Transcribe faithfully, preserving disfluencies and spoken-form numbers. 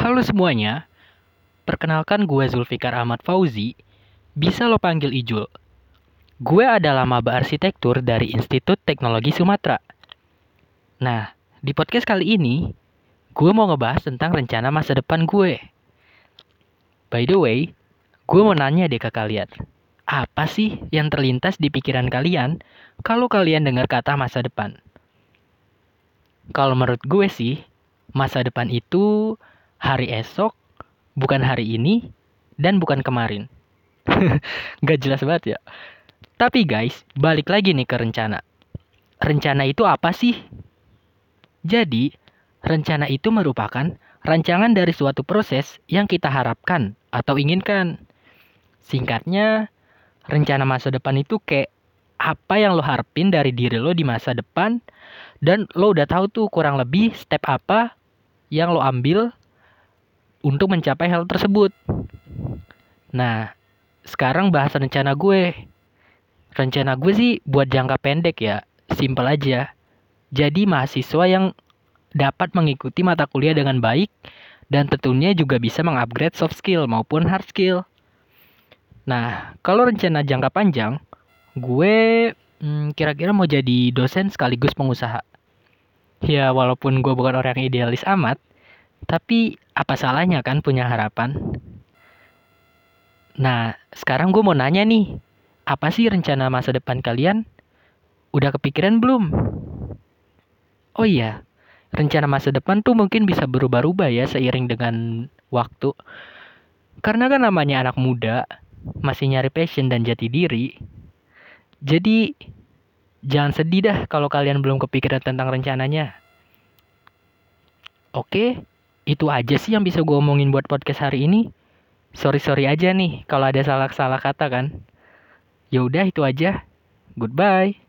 Halo semuanya, perkenalkan gue Zulfikar Ahmad Fauzi, bisa lo panggil Ijul. Gue adalah maba arsitektur dari Institut Teknologi Sumatera. Nah, di podcast kali ini, gue mau ngebahas tentang rencana masa depan gue. By the way, gue mau nanya deh ke kalian, apa sih yang terlintas di pikiran kalian kalau kalian dengar kata masa depan? Kalau menurut gue sih, masa depan itu hari esok, bukan hari ini, dan bukan kemarin. Gak jelas banget ya. Tapi guys, balik lagi nih ke rencana. Rencana itu apa sih? Jadi, rencana itu merupakan rancangan dari suatu proses yang kita harapkan atau inginkan. Singkatnya, rencana masa depan itu kayak apa yang lo harapin dari diri lo di masa depan, dan lo udah tahu tuh kurang lebih step apa yang lo ambil untuk mencapai hal tersebut. Nah, sekarang bahas rencana gue. Rencana gue sih buat jangka pendek ya, simple aja. Jadi mahasiswa yang dapat mengikuti mata kuliah dengan baik dan tentunya juga bisa mengupgrade soft skill maupun hard skill. Nah, kalau rencana jangka panjang, gue hmm, kira-kira mau jadi dosen sekaligus pengusaha. Ya, walaupun gue bukan orang yang idealis amat, tapi apa salahnya kan punya harapan? Nah, sekarang gue mau nanya nih, apa sih rencana masa depan kalian? Udah kepikiran belum? Oh iya, rencana masa depan tuh mungkin bisa berubah-ubah ya seiring dengan waktu. Karena kan namanya anak muda, masih nyari passion dan jati diri. Jadi, jangan sedih dah kalau kalian belum kepikiran tentang rencananya. Oke, itu aja sih yang bisa gue omongin buat podcast hari ini. Sorry-sorry aja nih kalau ada salah-salah kata kan. Ya udah itu aja. Goodbye.